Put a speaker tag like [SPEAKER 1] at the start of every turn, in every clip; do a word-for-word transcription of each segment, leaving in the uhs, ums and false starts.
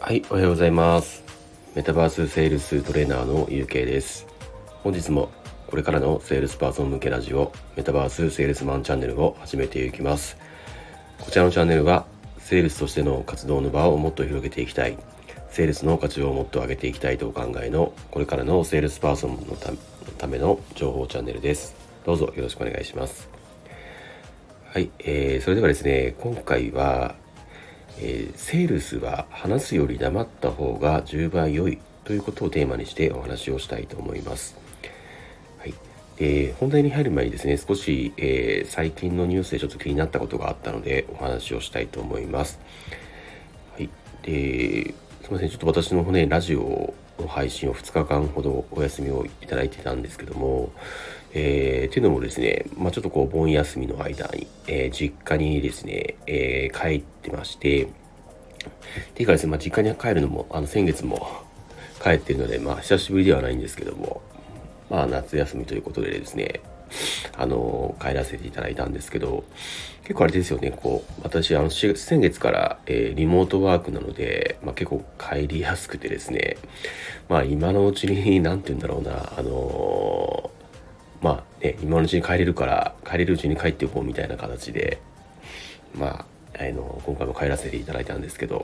[SPEAKER 1] はい、おはようございます。メタバースセールストレーナーのゆうけいです。本日もこれからのセールスパーソン向けラジオメタバースセールスマンチャンネルを始めていきます。こちらのチャンネルはセールスとしての活動の場をもっと広げていきたい、セールスの価値をもっと上げていきたいとお考えのこれからのセールスパーソンのための情報チャンネルです。どうぞよろしくお願いします。はい、えー、それではですね、今回はえー、セールスは話すより黙った方がじゅうばい良いということをテーマにしてお話をしたいと思います。はい、で本題に入る前にですね、少し、えー、最近のニュースでちょっと気になったことがあったのでお話をしたいと思います。はい、ですみません、ちょっと私のねラジオの配信をふつかかんほどお休みをいただいてたんですけども、えー、っていうのもですね、まあ、ちょっとこう盆休みの間に、えー、実家にですね、えー、帰ってまして、っていうかですね、まあ、実家に帰るのもあの先月も帰っているので、まあ、久しぶりではないんですけども、まあ、夏休みということでですね、あの帰らせていただいたんですけど、結構あれですよね、こう私あのし先月から、えー、リモートワークなので、まあ、結構帰りやすくてですね、まあ今のうちに何て言うんだろうな、あのー、まあね、今のうちに帰れるから帰れるうちに帰っておこうみたいな形で、まあ、あの今回も帰らせていただいたんですけど、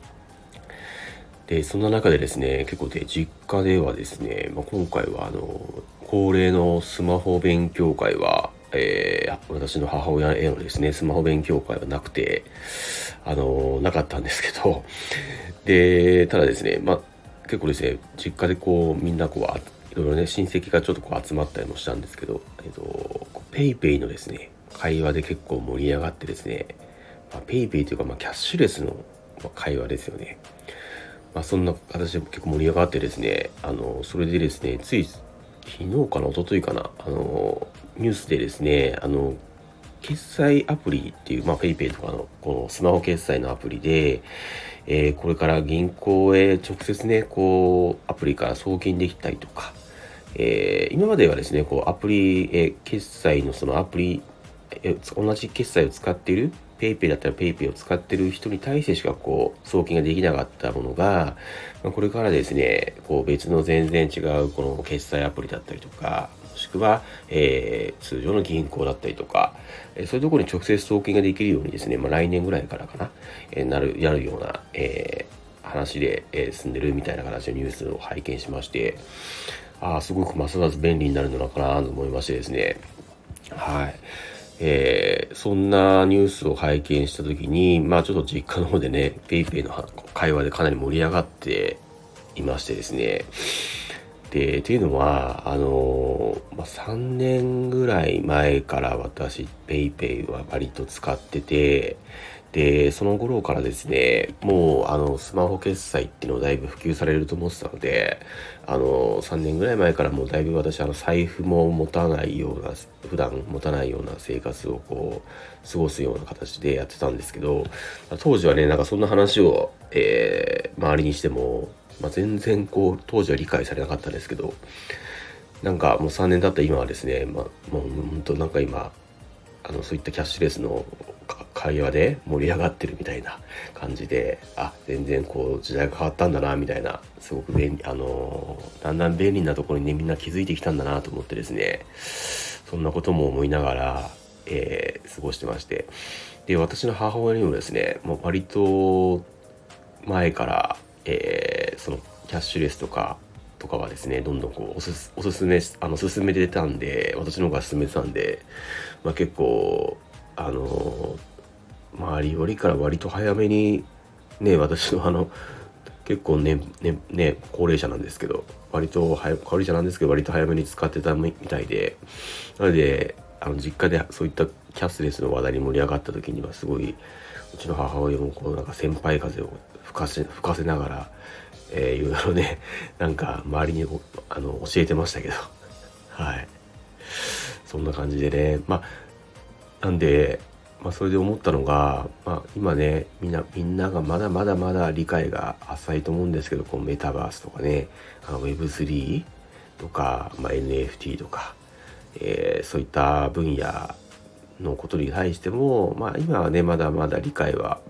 [SPEAKER 1] でそんな中でですね、結構で実家ではですね、まあ、今回はあの恒例のスマホ勉強会は、えー、私の母親へのですねスマホ勉強会はなくて、あのなかったんですけど、でただですね、まあ結構ですね、実家でこうみんなこうあいろいろね親戚がちょっとこう集まったりもしたんですけど、えっとペイペイのですね会話で結構盛り上がってですね、まあ、ペイペイというか、まあ、キャッシュレスの会話ですよね。まあ、そんな形で結構盛り上がってですね、あのそれでですね、つい昨日かな一昨日かな、あのニュースでですね、あの決済アプリっていう、まあ、ペイペイとかのこのスマホ決済のアプリで、えーこれから銀行へ直接ねこうアプリから送金できたりとか、えー今まではですねこうアプリ、えー決済のそのアプリ、えー同じ決済を使っているペイペイだったらペイペイを使っている人に対してしかこう送金ができなかったものが、まあこれからですねこう別の全然違うこの決済アプリだったりとか、もしくは、えー通常の銀行だったりとか、えーそういうところに直接送金ができるようにですね、まあ、来年ぐらいからかな、えーなるやるような、えー話で、えー進んでるみたいな形のニュースを拝見しまして、ああすごくますます便利になるのかなと思いましてですね、はい。えーそんなニュースを拝見したときに、まあちょっと実家の方でね、ペイペイの会話でかなり盛り上がっていましてですね。で、っていうのは、あのーまあ、さんねんぐらい前から私、ペイペイは割と使ってて、で、その頃からですね、もう、あの、スマホ決済っていうのをだいぶ普及されると思ってたので、あの、さんねんぐらい前からもうだいぶ私、あの、財布も持たないような、普段持たないような生活をこう、過ごすような形でやってたんですけど、当時はね、なんかそんな話を、えー周りにしても、まあ、全然こう当時は理解されなかったんですけど、なんかもうさんねん経った今はですね、まあ、もう本当なんか今あのそういったキャッシュレスの会話で盛り上がってるみたいな感じで、あ、全然こう時代が変わったんだなみたいな、すごく便利、あのーだんだん便利なところにねみんな気づいてきたんだなと思ってですね、そんなことも思いながら、えー過ごしてまして、で私の母親にもですね、もう割と前から、えーそのキャッシュレスとかとかはですね、どんどんこうおすすおすすめあの進めてたんで、私の方が進めてたんで、まあ、結構あの周りよりから割と早めにね、私のあの結構ねねね高齢者なんですけど、割と早高齢者なんですけど割と早めに使ってたみたいで、なのであの実家でそういったキャッシュレスの話題に盛り上がった時にはすごい、うちの母親もこうなんか先輩風を吹かせ吹かせながら、えー、いろいろねなんか周りにあの教えてましたけどはい、そんな感じでね、まあなんで、まあ、それで思ったのが、まあ、今ねみんなみんながまだまだまだ理解が浅いと思うんですけど、このメタバースとかね、あの ウェブスリー とか、まあ、エヌエフティー とか、えーそういった分野のことに対しても、まあ、今はねまだまだ理解は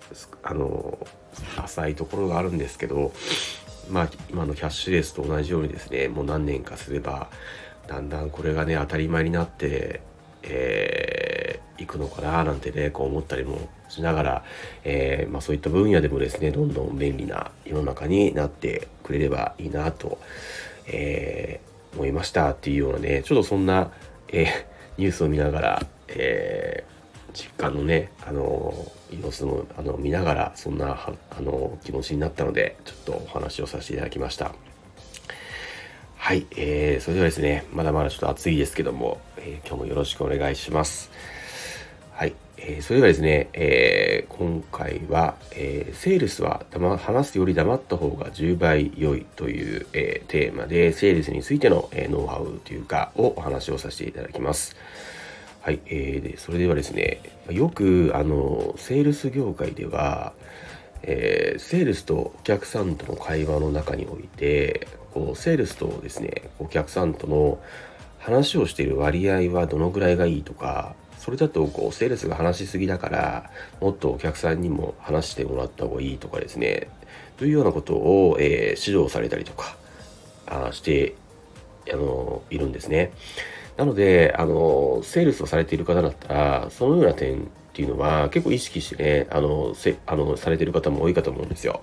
[SPEAKER 1] あの浅いところがあるんですけど、まあ今のキャッシュレスと同じようにですね、もう何年かすればだんだんこれがね当たり前になって、えー、いくのかななんてねこう思ったりもしながら、えーまあ、そういった分野でもですねどんどん便利な世の中になってくれればいいなと、えー、思いましたっていうようなね、ちょっとそんな、えー、ニュースを見ながら、えー実家のね、あの様子もあの見ながらそんなあの気持ちになったので、ちょっとお話をさせていただきました。はい、えー、それではですね、まだまだちょっと暑いですけども、えー、今日もよろしくお願いします。はい、えー、それではですね、えー、今回は、えー、セールスは話すより黙った方がじゅうばい良いという、えー、テーマで、セールスについての、えー、ノウハウというかをお話をさせていただきます。はい、えー、でそれではですね、よくあのセールス業界では、えー、セールスとお客さんとの会話の中において、こうセールスとですねお客さんとの話をしている割合はどのぐらいがいいとか、それだとこうセールスが話しすぎだからもっとお客さんにも話してもらった方がいいとかですね、というようなことを、えー、指導されたりとかあしてあのいるんですね。なので、あの、セールスをされている方だったら、そのような点っていうのは結構意識してね、あの、せあのされている方も多いかと思うんですよ。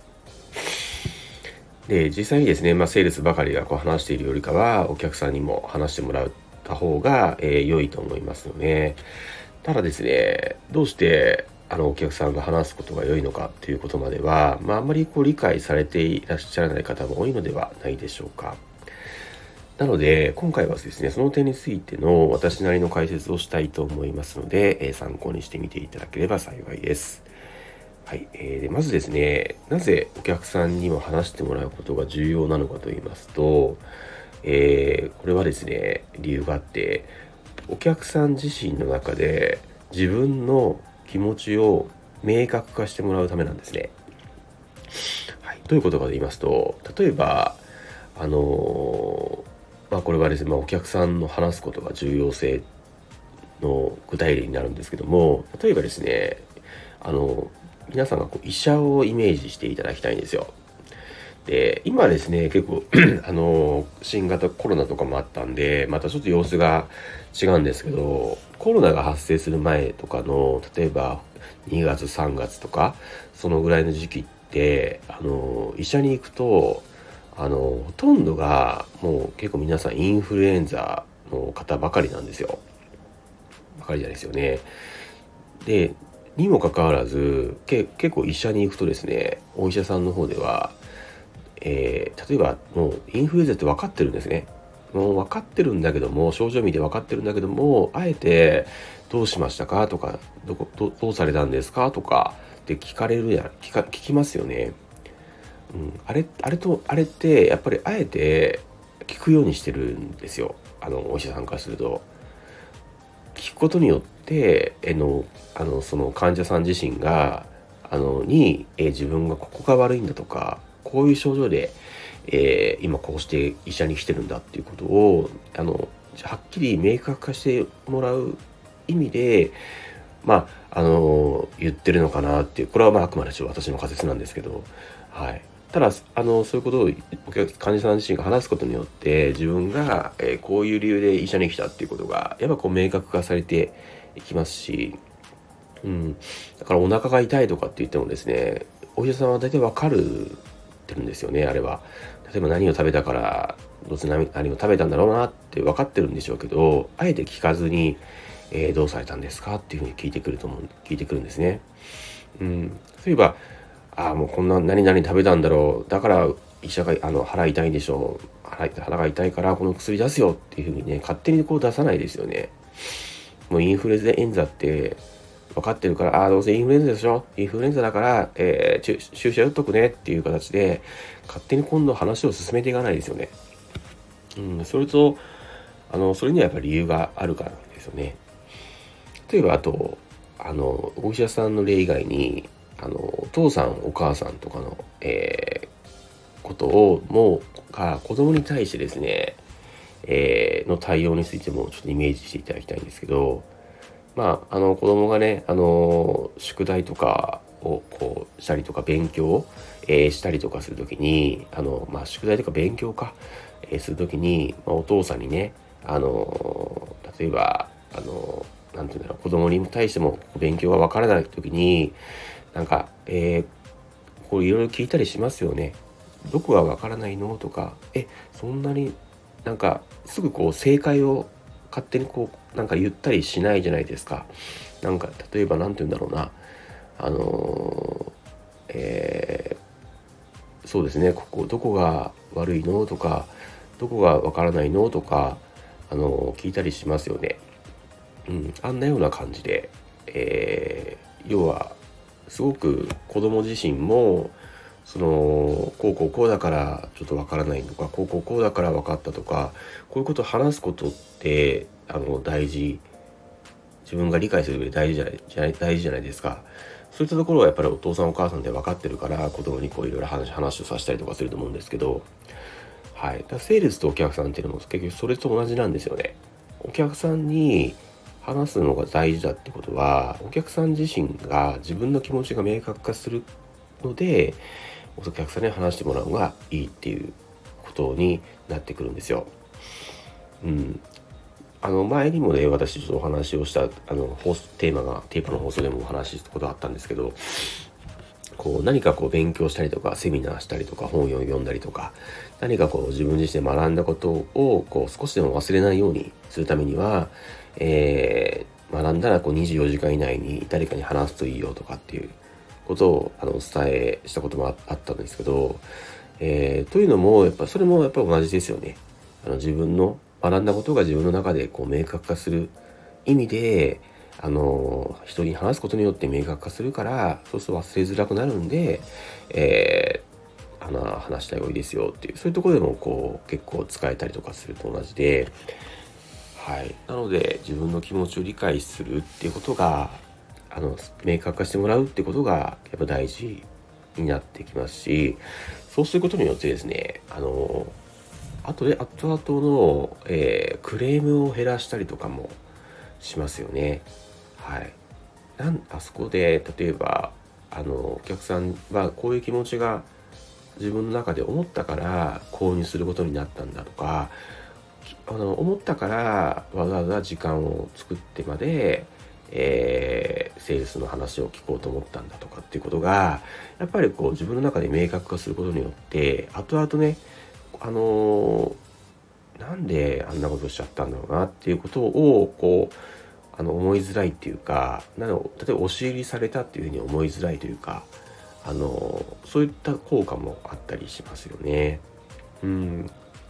[SPEAKER 1] で、実際にですね、まあ、セールスばかりがこう話しているよりかは、お客さんにも話してもらった方が、えー良いと思いますよね。ただですね、どうして、あの、お客さんが話すことが良いのかっていうことまでは、まあ、あんまりこう理解されていらっしゃらない方も多いのではないでしょうか。なので、今回はですね、その点についての私なりの解説をしたいと思いますので、えー参考にしてみていただければ幸いです。はい、えーで、まずですね、なぜお客さんにも話してもらうことが重要なのかと言いますと、えーこれはですね、理由があって、お客さん自身の中で自分の気持ちを明確化してもらうためなんですね。はい、どういうことかと言いますと、例えば、あのーまあこれはですね、まあ、お客さんの話すことが重要性の具体例になるんですけども、例えばですね、あの、皆さんがこう医者をイメージしていただきたいんですよ。で、今ですね、結構あの、新型コロナとかもあったんで、またちょっと様子が違うんですけど、コロナが発生する前とかの、例えばにがつさんがつとか、そのぐらいの時期って、あの、医者に行くと、あの、ほとんどがもう結構皆さんインフルエンザの方ばかりなんですよ。ばかりですよね。で、にもかかわらず、け結構医者に行くとですね、お医者さんの方では、えー例えばもうインフルエンザって分かってるんですね。もう分かってるんだけども、症状見て分かってるんだけども、あえてどうしましたかとか、どこどどうされたんですかとかって聞かれるやん、聞か聞きますよね。うん、あれあれとあれってやっぱりあえて聞くようにしてるんですよ。あのお医者さんからすると。聞くことによってえのあのその患者さん自身があのに、え自分がここが悪いんだとか、こういう症状で、えー今こうして医者に来てるんだっていうことをあのはっきり明確化してもらう意味で、まああの言ってるのかなっていう、これはまああくまで私の仮説なんですけど、はい。ただあのそういうことをお客患者さん自身が話すことによって自分が、えーこういう理由で医者に来たっていうことがやっぱこう明確化されていきますし、うん、だからお腹が痛いとかって言ってもですね、お医者さんは大体わかるってるんですよね、あれは。例えば何を食べたから、どうせ何何を食べたんだろうなって分かってるんでしょうけど、あえて聞かずに、えーどうされたんですかっていうふうに聞いてくると思う、聞いてくるんですね。うん。例えば、ああ、もうこんな何々食べたんだろう。だから医者があの腹痛いんでしょう。腹腹が痛いからこの薬出すよっていうふうにね、勝手にこう出さないですよね。もうインフルエンザって分かってるから、ああ、どうせインフルエンザでしょ、インフルエンザだから、えー、注注射打っとくねっていう形で、勝手に今度話を進めていかないですよね。うん、それと、あの、それにはやっぱり理由があるからなんですよね。例えば、あと、あの、お医者さんの例以外に、あの、お父さん、お母さんとかの、えーことを、もう、が、子供に対してですね、えーの対応についてもちょっとイメージしていただきたいんですけど、まあ、あの子供がね、あの宿題とかをこうしたりとか勉強、えーしたりとかするときに、あの、まあ、宿題とか勉強か、えーするときに、まあ、お父さんにね、あの例えばあのなんていうんだろう、子供に対しても勉強がわからないときに、なんか、えー、こういろいろ聞いたりしますよね。どこがわからないのとか、え、そんなになんかすぐこう正解を勝手にこうなんか言ったりしないじゃないですか。なんか例えばなんて言うんだろうな、あのーえーそうですね、ここどこが悪いのとか、どこがわからないのとか、あのー聞いたりしますよね。うん、あんなような感じで、えー要はすごく子供自身もそのこうこうこうだからちょっとわからないとか、こうこうこうだから分かったとか、こういうことを話すことってあの大事、自分が理解する上で大事じゃない、じゃない大事じゃないですか。そういったところはやっぱりお父さんお母さんで分かってるから、子供にこういろいろ話話をさせたりとかすると思うんですけど、はい、だからセールスとお客さんっていうのも結局それと同じなんですよね。お客さんに話すのが大事だってことは、お客さん自身が自分の気持ちが明確化するので、お客さんに話してもらうのがいいっていうことになってくるんですよ。うん。あの前にもね、私ちょっとお話をしたあの放送テーマがテープの放送でもお話ししたことがあったんですけど、こう何かこう勉強したりとかセミナーしたりとか本を読んだりとか、何かこう自分自身で学んだことをこう少しでも忘れないようにするためには、えー学んだらこうにじゅうよじかん以内に誰かに話すといいよとかっていうことをあのお伝えしたこともああったんですけど、えーというのもやっぱそれもやっぱり同じですよね。あの自分の学んだことが自分の中でこう明確化する意味で、あの人に話すことによって明確化するから、そうすると忘れづらくなるんで、えー、あの話した方がいいですよっていう、そういうところでもこう結構使えたりとかすると同じで、はい、なので自分の気持ちを理解するっていうことが、あの明確化してもらうってことがやっぱ大事になってきますし、そうすることによってですね、あの後で後々の、えークレームを減らしたりとかもしますよね。はい。なんあそこで例えばあのお客さんはこういう気持ちが自分の中で思ったから購入することになったんだとか、あの思ったからわざわざ時間を作ってまで、えーセールスの話を聞こうと思ったんだとかっていうことが、やっぱりこう自分の中で明確化することによって後々ね、あのーなんであんなことしちゃったんだろうなっていうことをこうあの思いづらいっていうか、なの例えば押し売りされたっていうふうに思いづらいというか、あのそういった効果もあったりしますよね。うん。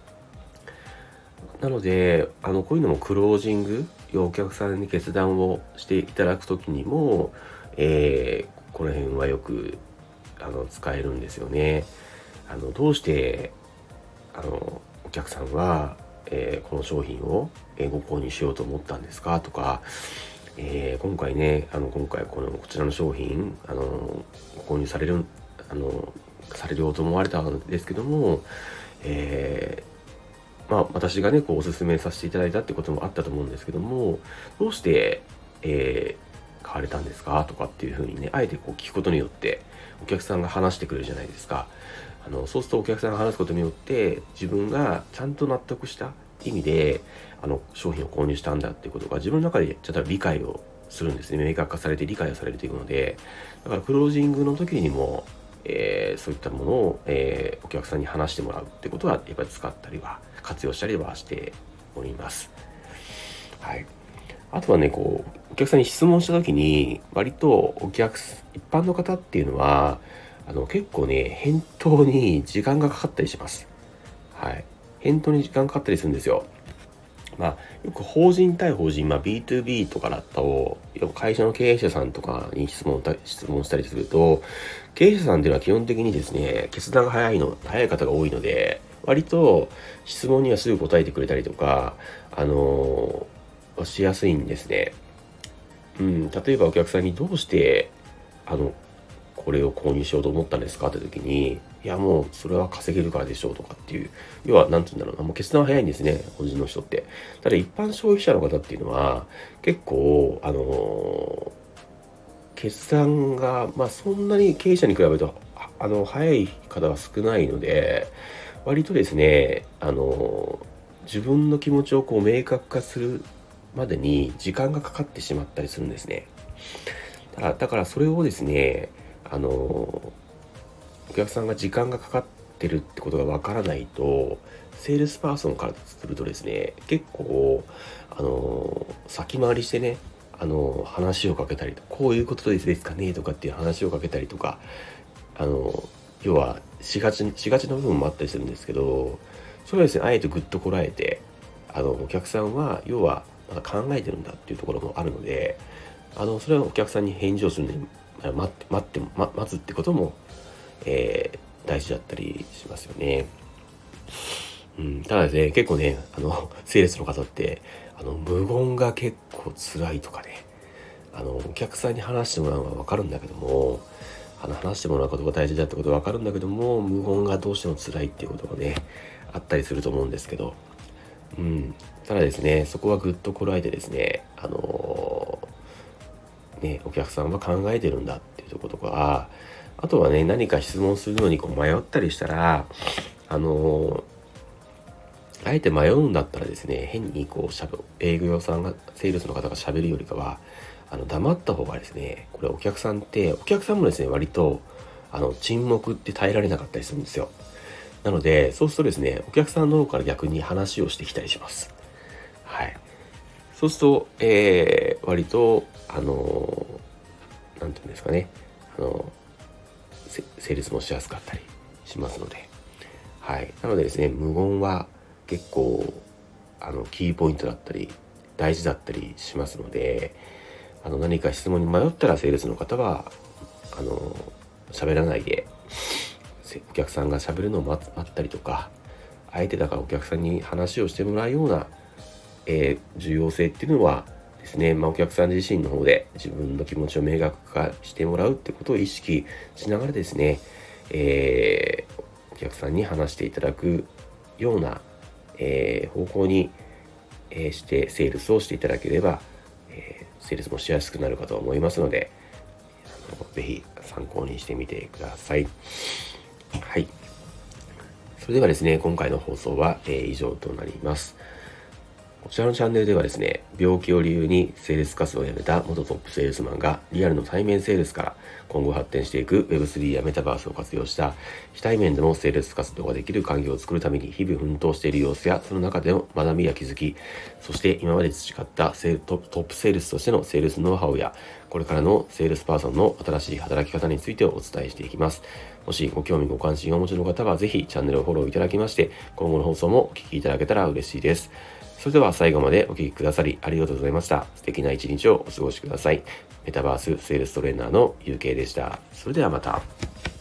[SPEAKER 1] なのであのこういうのもクロージング、要はお客さんに決断をしていただくときにも、えーこの辺はよくあの使えるんですよね。あのどうしてあのお客さんは、えーこの商品をえーご購入しようと思ったんですかとか、えー今回ね、あの今回このこちらの商品あのご購入されるあのされようと思われたんですけども、えーまあ私がねこうお勧めさせていただいたってこともあったと思うんですけども、どうして、えー買われたんですかとかっていうふうにね、あえてこう聞くことによってお客さんが話してくれるじゃないですか。あのそうするとお客さんが話すことによって自分がちゃんと納得した意味であの商品を購入したんだっていうことが自分の中でちょっと理解をするんですね。明確化されて理解をされていくので、だからクロージングの時にも、えーそういったものを、えーお客さんに話してもらうってことはやっぱり使ったりは活用したりはしております。はい。あとはね、こう、お客さんに質問した時に、割とお客す、一般の方っていうのは、あの、結構ね、返答に時間がかかったりします。はい。返答に時間かかったりするんですよ。まあ、よく法人対法人、まあ、ビーツービー とかだと、よく会社の経営者さんとかに質問た質問したりすると、経営者さんっていうのは基本的にですね、決断が早いの、早い方が多いので、割と質問にはすぐ答えてくれたりとか、あのーしやすいんですね。うん、例えばお客さんにどうしてあのこれを購入しようと思ったんですかって時に、いやもうそれは稼げるからでしょうとかっていう、要は何て言うんだろうな、もう決断は早いんですね、法人の人って。ただ一般消費者の方っていうのは結構あの決算が、まあ、そんなに経営者に比べるとあの早い方は少ないので、割とですね、あの自分の気持ちをこう明確化するまでに時間がかかってしまったりするんですね。だから、だからそれをですね、あのお客さんが時間がかかってるってことがわからないと、セールスパーソンからするとですね、結構あの先回りしてね、あの話をかけたりと、こういうことですかねとかっていう話をかけたりとか、あの要はしがちしがちな部分もあったりするんですけど、それはですね、あえてぐっとこらえて、あのお客さんは要はまだ考えてるんだっていうところもあるので、あのそれはお客さんに返事をするのに待って待って、ま、待つってことも、えー大事だったりしますよね。うん、ただですね、結構ね、あのセールスの方ってあの無言が結構辛いとかね、あのお客さんに話してもらうのは分かるんだけども、あの話してもらうことが大事だってことは分かるんだけども、無言がどうしても辛いっていうことがねあったりすると思うんですけど、うん、ただですね、そこはぐっとこらえてですね、あのーね、お客さんは考えてるんだっていうところとか、あとはね、何か質問するのにこう迷ったりしたら、あのーあえて迷うんだったらですね、変にこうしゃべ営業さんが、セールスの方が喋るよりかは、あの黙った方がですね、これお客さんってお客さんもですね、割とあの沈黙って耐えられなかったりするんですよ。なので、そうするとですね、お客さんの方から逆に話をしてきたりします。はい。そうすると、えー、割とあのーなんていうんですかね、あのセセールスもしやすかったりしますので、はい。なのでですね、無言は結構あのキーポイントだったり大事だったりしますので、あの何か質問に迷ったらセールスの方はあの喋らないでお客さんが喋るのを待ったりとか、相手だからお客さんに話をしてもらうような、えー重要性っていうのはですね、まあ、お客さん自身の方で自分の気持ちを明確化してもらうってことを意識しながらですね、えーお客さんに話していただくような、えー方向に、えーしてセールスをしていただければ、えーセールスもしやすくなるかと思いますので、あのぜひ参考にしてみてください。はい。それではですね、今回の放送は、えー以上となります。こちらのチャンネルではですね、病気を理由にセールス活動を辞めた元トップセールスマンがリアルの対面セールスから今後発展していく ウェブスリー やメタバースを活用した非対面でもセールス活動ができる環境を作るために日々奮闘している様子や、その中での学びや気づき、そして今まで培ったセールトップトップセールスとしてのセールスノウハウや、これからのセールスパーソンの新しい働き方についてお伝えしていきます。もしご興味ご関心をお持ちの方はぜひチャンネルをフォローいただきまして、今後の放送もお聞きいただけたら嬉しいです。それでは最後までお聞きくださりありがとうございました。素敵な一日をお過ごしください。メタバースセールストレーナーのゆうけいでした。それではまた。